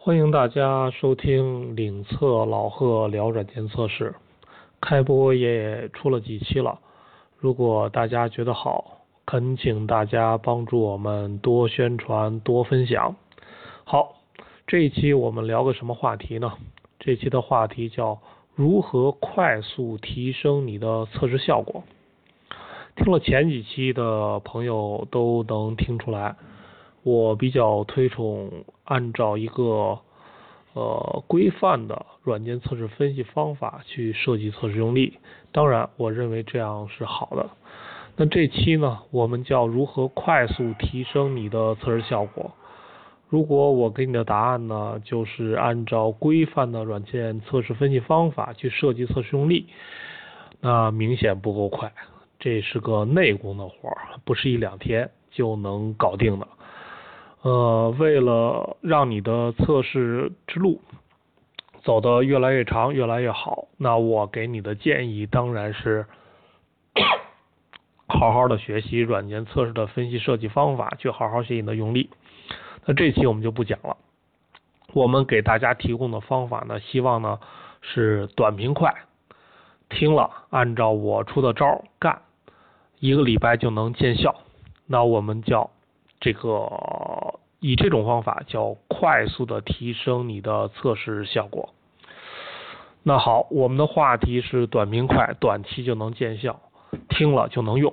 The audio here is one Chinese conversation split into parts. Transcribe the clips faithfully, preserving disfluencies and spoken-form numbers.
欢迎大家收听领测老贺聊软件测试，开播也出了几期了，如果大家觉得好，恳请大家帮助我们多宣传多分享。好，这一期我们聊个什么话题呢？这期的话题叫如何快速提升你的测试效果。听了前几期的朋友都能听出来，我比较推崇按照一个呃规范的软件测试分析方法去设计测试用例，当然我认为这样是好的。那这期呢，我们叫如何快速提升你的测试效果。如果我给你的答案呢，就是按照规范的软件测试分析方法去设计测试用例，那明显不够快，这是个内功的活儿，不是一两天就能搞定的。呃，为了让你的测试之路走得越来越长越来越好，那我给你的建议当然是好好的学习软件测试的分析设计方法，去好好写你的用例。那这期我们就不讲了，我们给大家提供的方法呢，希望呢是短平快，听了按照我出的招干，一个礼拜就能见效。那我们叫这个以这种方法叫快速的提升你的测试效果。那好，我们的话题是短平快，短期就能见效，听了就能用。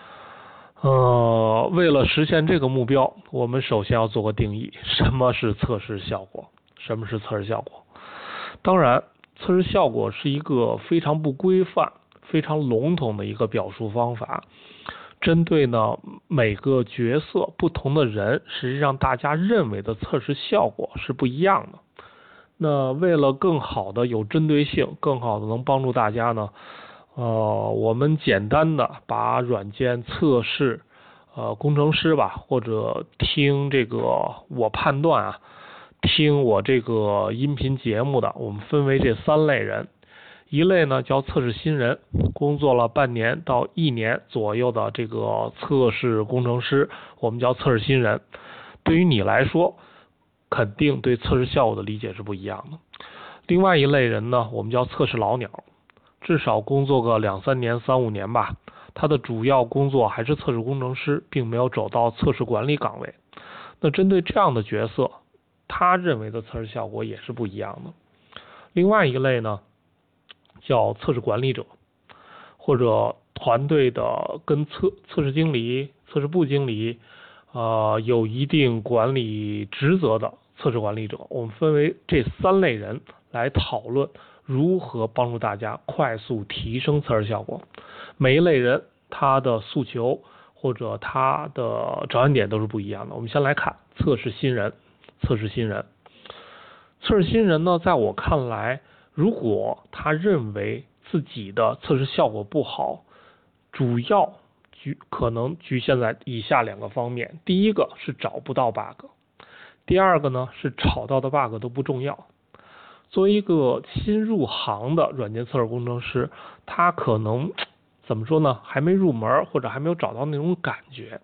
呃，为了实现这个目标，我们首先要做个定义，什么是测试效果？什么是测试效果？当然，测试效果是一个非常不规范、非常笼统的一个表述方法，针对呢每个角色不同的人，实际上大家认为的测试效果是不一样的。那为了更好的有针对性，更好的能帮助大家呢，呃，我们简单的把软件测试，呃，工程师吧，或者听这个我判断啊，听我这个音频节目的，我们分为这三类人。一类呢叫测试新人，工作了半年到一年左右的这个测试工程师，我们叫测试新人。对于你来说，肯定对测试效果的理解是不一样的。另外一类人呢，我们叫测试老鸟。至少工作个两三年、三五年吧，他的主要工作还是测试工程师，并没有走到测试管理岗位。那针对这样的角色，他认为的测试效果也是不一样的。另外一类呢，叫测试管理者，或者团队的跟测测试经理、测试部经理，呃，有一定管理职责的测试管理者。我们分为这三类人来讨论如何帮助大家快速提升测试效果。每一类人他的诉求或者他的着眼点都是不一样的。我们先来看测试新人。测试新人，测试新人呢，在我看来，如果他认为自己的测试效果不好，主要局可能局限在以下两个方面。第一个是找不到 bug， 第二个呢是找到的 bug 都不重要。作为一个新入行的软件测试工程师，他可能怎么说呢？还没入门，或者还没有找到那种感觉。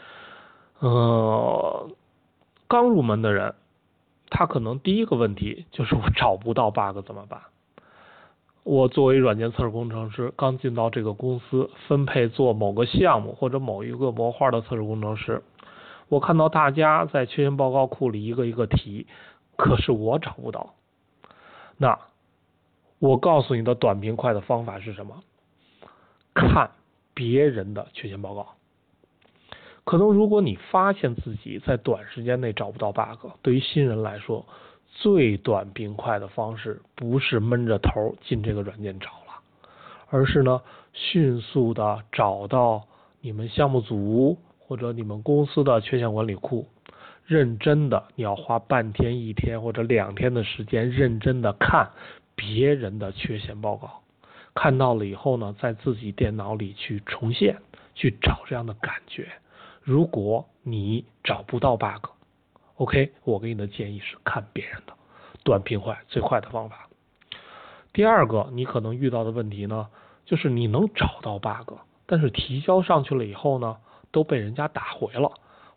呃，刚入门的人，他可能第一个问题就是我找不到 bug 怎么办？我作为软件测试工程师，刚进到这个公司，分配做某个项目或者某一个模块的测试工程师，我看到大家在缺陷报告库里一个一个提，可是我找不到。那我告诉你的短平快的方法是什么？看别人的缺陷报告。可能如果你发现自己在短时间内找不到 bug， 对于新人来说，最短平快的方式不是闷着头进这个软件找了，而是呢迅速的找到你们项目组或者你们公司的缺陷管理库，认真的你要花半天一天或者两天的时间认真的看别人的缺陷报告，看到了以后呢，在自己电脑里去重现，去找这样的感觉。如果你找不到 bug， OK， 我给你的建议是看别人的，短平快最快的方法。第二个你可能遇到的问题呢，就是你能找到 bug， 但是提交上去了以后呢，都被人家打回了，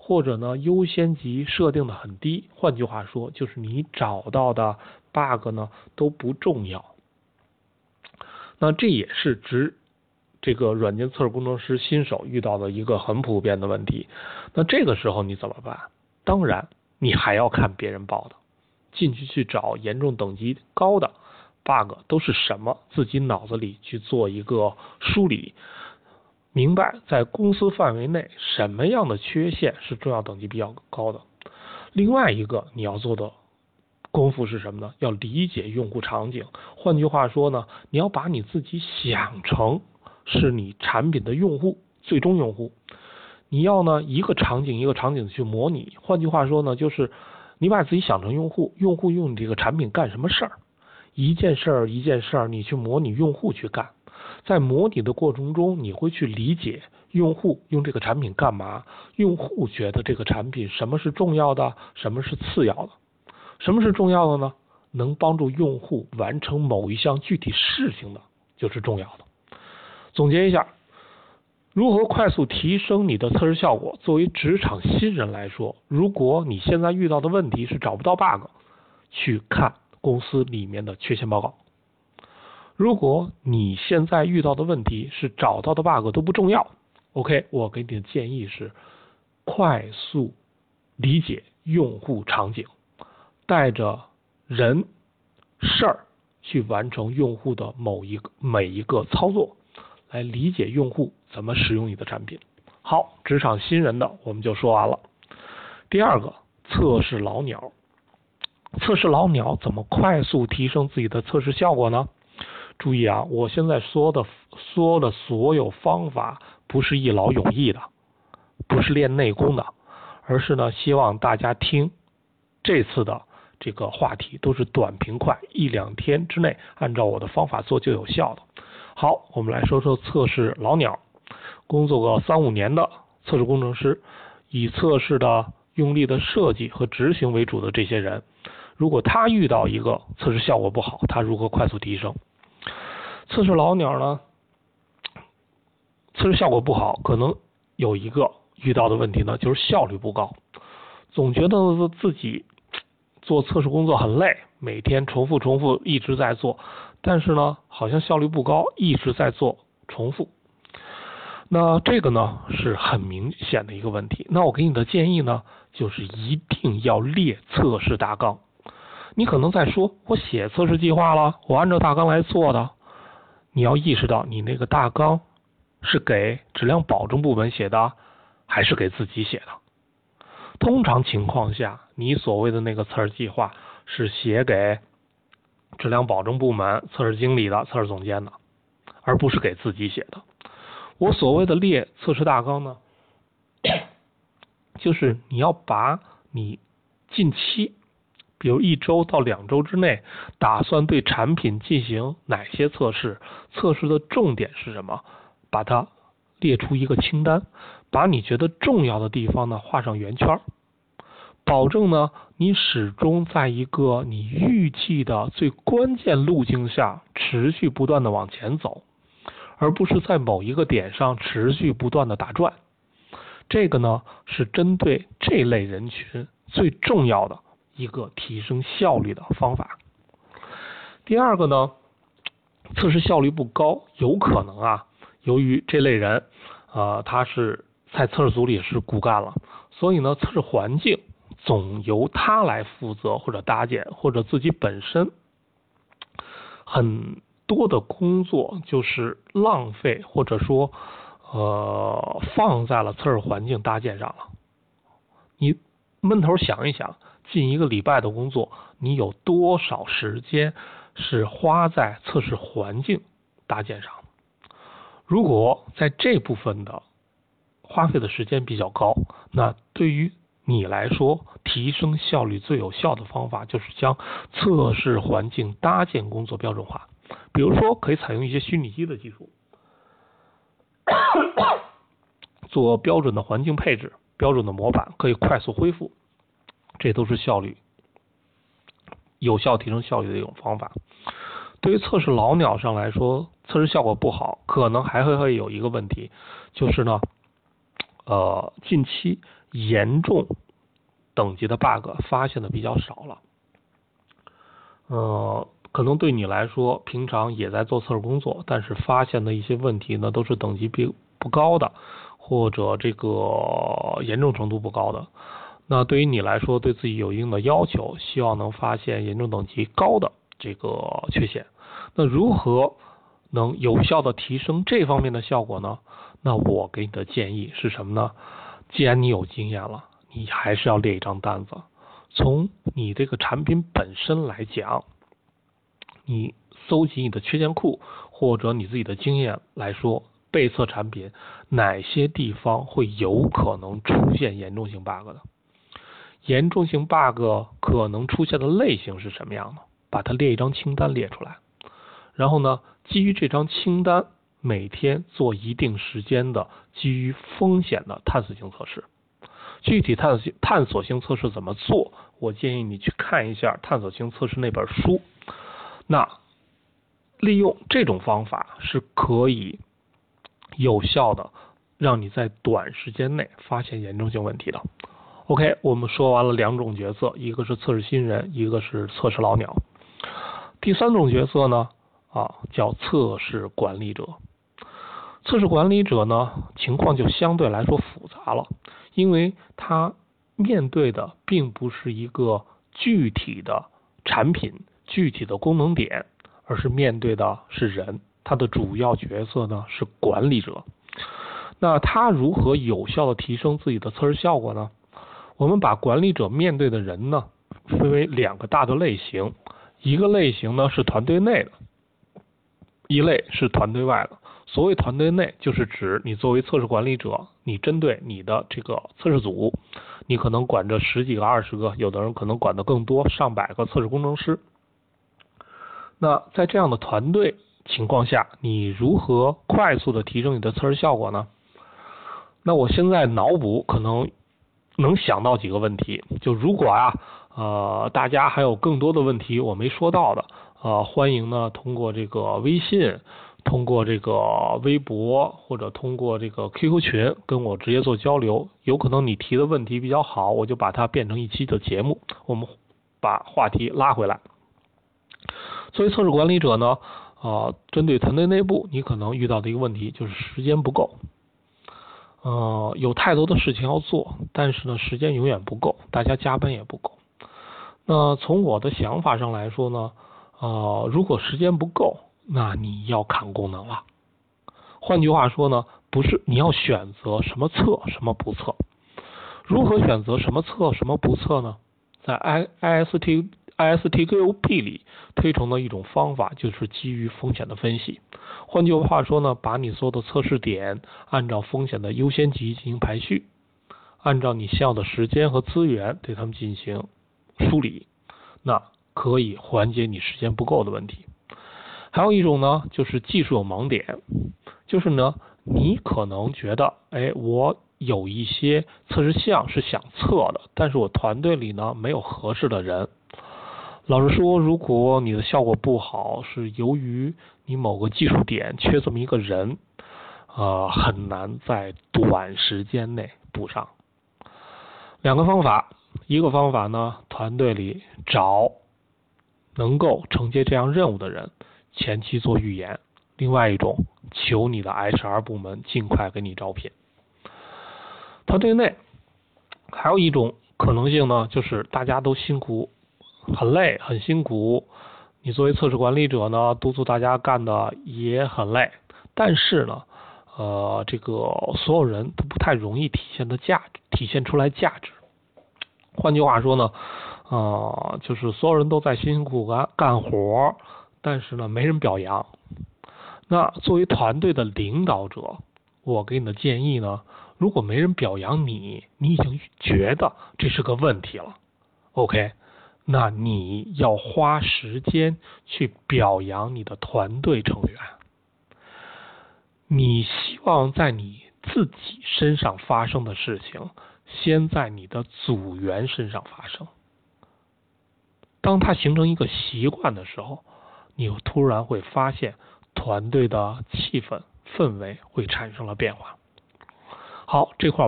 或者呢优先级设定的很低，换句话说就是你找到的 bug 呢都不重要。那这也是指这个软件测试工程师新手遇到的一个很普遍的问题。那这个时候你怎么办？当然你还要看别人报的，进去去找严重等级高的 bug 都是什么，自己脑子里去做一个梳理，明白在公司范围内什么样的缺陷是重要等级比较高的。另外一个你要做的功夫是什么呢？要理解用户场景。换句话说呢，你要把你自己想成是你产品的用户，最终用户。你要呢一个场景一个场景去模拟。换句话说呢，就是你把自己想成用户，用户用你这个产品干什么事儿，一件事儿一件事儿你去模拟用户去干。在模拟的过程中，你会去理解用户用这个产品干嘛，用户觉得这个产品什么是重要的，什么是次要的。什么是重要的呢？能帮助用户完成某一项具体事情的就是重要的。总结一下，如何快速提升你的测试效果？作为职场新人来说，如果你现在遇到的问题是找不到 bug， 去看公司里面的缺陷报告。如果你现在遇到的问题是找到的 bug 都不重要 ，OK， 我给你的建议是快速理解用户场景，带着人事儿去完成用户的某一个每一个操作，来理解用户怎么使用你的产品。好，职场新人的我们就说完了。第二个，测试老鸟。测试老鸟怎么快速提升自己的测试效果呢？注意啊，我现在说的说的所有方法不是一劳永逸的，不是练内功的，而是呢希望大家听这次的这个话题都是短平快，一两天之内按照我的方法做就有效的。好，我们来说说测试老鸟。工作个三五年的测试工程师，以测试的用力的设计和执行为主的这些人，如果他遇到一个测试效果不好，他如何快速提升？测试老鸟呢，测试效果不好，可能有一个遇到的问题呢，就是效率不高，总觉得自己做测试工作很累，每天重复重复一直在做，但是呢好像效率不高，一直在做重复。那这个呢是很明显的一个问题。那我给你的建议呢，就是一定要列测试大纲。你可能在说，我写测试计划了，我按照大纲来做的。你要意识到，你那个大纲是给质量保证部门写的，还是给自己写的？通常情况下，你所谓的那个测试计划是写给质量保证部门、测试经理的、测试总监的，而不是给自己写的。我所谓的列测试大纲呢，就是你要把你近期，比如一周到两周之内，打算对产品进行哪些测试，测试的重点是什么，把它列出一个清单，把你觉得重要的地方呢画上圆圈，保证呢你始终在一个你预计的最关键路径下持续不断的往前走，而不是在某一个点上持续不断的打转。这个呢是针对这类人群最重要的一个提升效率的方法。第二个呢，测试效率不高，有可能啊，由于这类人呃，他是在测试组里是骨干了，所以呢测试环境总由他来负责或者搭建，或者自己本身很多的工作就是浪费，或者说呃放在了测试环境搭建上了。你闷头想一想，近一个礼拜的工作，你有多少时间是花在测试环境搭建上的？如果在这部分的花费的时间比较高，那对于你来说，提升效率最有效的方法就是将测试环境搭建工作标准化。比如说，可以采用一些虚拟机的技术，做标准的环境配置、标准的模板，可以快速恢复，这都是效率有效提升效率的一种方法。对于测试老鸟上来说，测试效果不好，可能还会会有一个问题，就是呢，呃，近期严重等级的 bug 发现的比较少了。呃，可能对你来说，平常也在做测试工作，但是发现的一些问题呢，都是等级比不高的，或者这个严重程度不高的。那对于你来说，对自己有一定的要求，希望能发现严重等级高的这个缺陷。那如何能有效的提升这方面的效果呢？那我给你的建议是什么呢？既然你有经验了，你还是要列一张单子。从你这个产品本身来讲，你搜集你的缺陷库或者你自己的经验来说，被测产品哪些地方会有可能出现严重性 bug 的？严重性 bug 可能出现的类型是什么样的？把它列一张清单列出来。然后呢，基于这张清单，每天做一定时间的基于风险的探索性测试。具体探索探索性测试怎么做？我建议你去看一下探索性测试那本书。那利用这种方法是可以有效的让你在短时间内发现严重性问题的。OK， 我们说完了两种角色，一个是测试新人，一个是测试老鸟。第三种角色呢，啊，叫测试管理者。测试管理者呢，情况就相对来说复杂了，因为他面对的并不是一个具体的产品、具体的功能点，而是面对的是人。他的主要角色呢是管理者。那他如何有效的提升自己的测试效果呢？我们把管理者面对的人呢分为两个大的类型，一个类型呢是团队内的，一类是团队外的。所谓团队内，就是指你作为测试管理者，你针对你的这个测试组，你可能管着十几个、二十个，有的人可能管得更多，上百个测试工程师。那在这样的团队情况下，你如何快速的提升你的测试效果呢？那我现在脑补可能能想到几个问题，就如果啊，呃，大家还有更多的问题我没说到的，呃，欢迎呢通过这个微信，通过这个微博或者通过这个 Q Q 群跟我直接做交流。有可能你提的问题比较好，我就把它变成一期的节目，我们把话题拉回来。作为测试管理者呢，呃，针对团队内部，你可能遇到的一个问题就是时间不够。呃，有太多的事情要做，但是呢，时间永远不够，大家加班也不够。那从我的想法上来说呢，呃，如果时间不够，那你要砍功能了。换句话说呢，不是你要选择什么测，什么不测。如何选择什么测，什么不测呢？在 I S T I S T Q O P 里推崇的一种方法就是基于风险的分析。换句话说呢，把你所有的测试点按照风险的优先级进行排序，按照你需要的时间和资源对它们进行梳理，那可以缓解你时间不够的问题。还有一种呢，就是技术有盲点，就是呢，你可能觉得，哎，我有一些测试项是想测的，但是我团队里呢没有合适的人。老实说，如果你的效果不好，是由于你某个技术点缺这么一个人，呃，很难在短时间内补上。两个方法，一个方法呢，团队里找能够承接这样任务的人，前期做预研；另外一种，求你的 H R 部门尽快给你招聘。团队内还有一种可能性呢，就是大家都辛苦。很累，很辛苦。你作为测试管理者呢，督促大家干的也很累，但是呢，呃，这个所有人都不太容易体现的价值，体现出来价值。换句话说呢，呃，就是所有人都在辛辛苦苦干干活，但是呢，没人表扬。那作为团队的领导者，我给你的建议呢，如果没人表扬你，你已经觉得这是个问题了。OK。那你要花时间去表扬你的团队成员。你希望在你自己身上发生的事情，先在你的组员身上发生。当它形成一个习惯的时候，你突然会发现团队的气氛氛围会产生了变化。好，这块我们就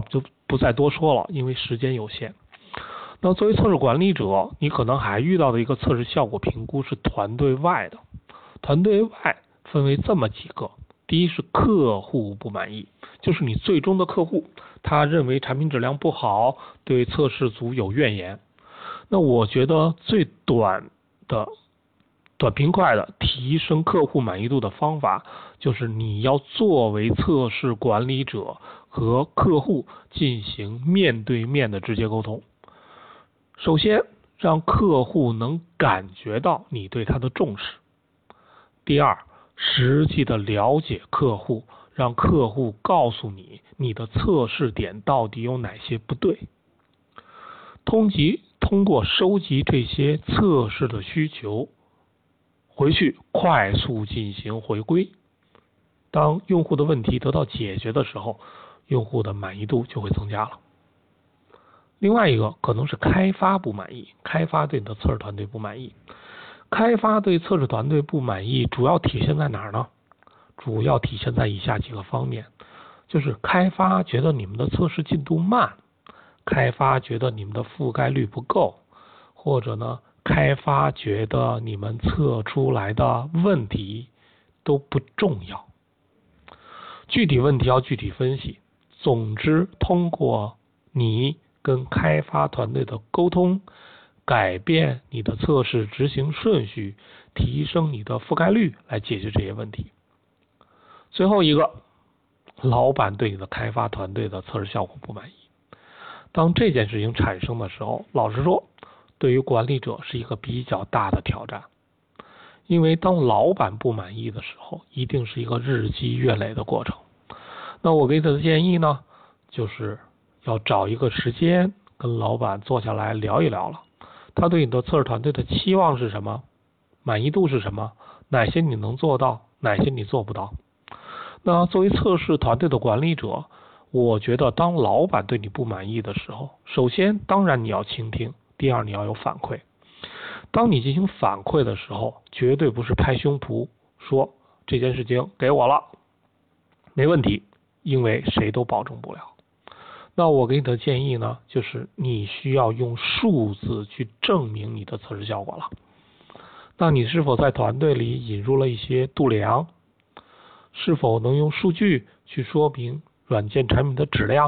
不再多说了，因为时间有限。那作为测试管理者，你可能还遇到的一个测试效果评估是团队外的。团队外分为这么几个，第一是客户不满意，就是你最终的客户，他认为产品质量不好，对测试组有怨言。那我觉得最短的、短平快的提升客户满意度的方法，就是你要作为测试管理者和客户进行面对面的直接沟通。首先，让客户能感觉到你对他的重视。第二，实际的了解客户，让客户告诉你你的测试点到底有哪些不对。通集通过收集这些测试的需求，回去快速进行回归。当用户的问题得到解决的时候，用户的满意度就会增加了。另外一个可能是开发不满意，开发对你的测试团队不满意。开发对测试团队不满意，主要体现在哪儿呢？主要体现在以下几个方面，就是开发觉得你们的测试进度慢，开发觉得你们的覆盖率不够，或者呢，开发觉得你们测出来的问题都不重要。具体问题要具体分析。总之，通过你跟开发团队的沟通，改变你的测试执行顺序，提升你的覆盖率，来解决这些问题。最后一个，老板对你的开发团队的测试效果不满意。当这件事情产生的时候，老实说，对于管理者是一个比较大的挑战。因为当老板不满意的时候，一定是一个日积月累的过程。那我给他的建议呢，就是要找一个时间跟老板坐下来聊一聊了。他对你的测试团队的期望是什么？满意度是什么？哪些你能做到？哪些你做不到？那作为测试团队的管理者，我觉得当老板对你不满意的时候，首先当然你要倾听，第二你要有反馈。当你进行反馈的时候，绝对不是拍胸脯说这件事情给我了，没问题，因为谁都保证不了。那我给你的建议呢，就是你需要用数字去证明你的测试效果了。那你是否在团队里引入了一些度量？是否能用数据去说明软件产品的质量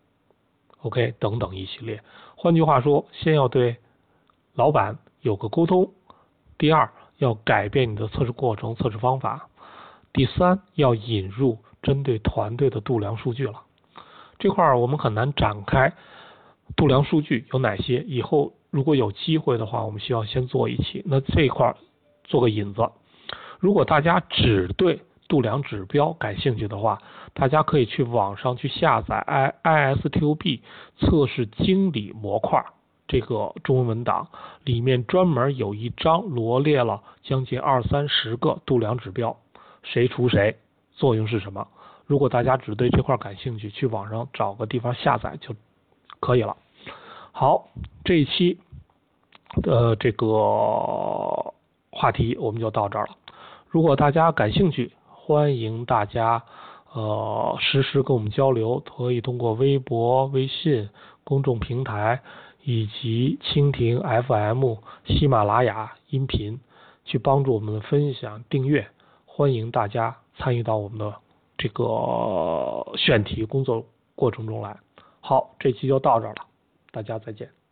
？OK， 等等一系列。换句话说，先要对老板有个沟通，第二要改变你的测试过程、测试方法，第三要引入针对团队的度量数据了。这块儿我们很难展开度量数据有哪些，以后如果有机会的话，我们希望先做一期。那这一块做个引子，如果大家只对度量指标感兴趣的话，大家可以去网上去下载 I S T O B 测试经理模块这个中文文档，里面专门有一章罗列了将近二三十个度量指标，谁除谁，作用是什么。如果大家只对这块感兴趣，去网上找个地方下载就可以了。好，这一期的这个话题我们就到这儿了。如果大家感兴趣，欢迎大家呃实时跟我们交流，可以通过微博、微信公众平台以及蜻蜓 F M、喜马拉雅音频去帮助我们的分享订阅。欢迎大家参与到我们的这个选题工作过程中来。好，这期就到这儿了，大家再见。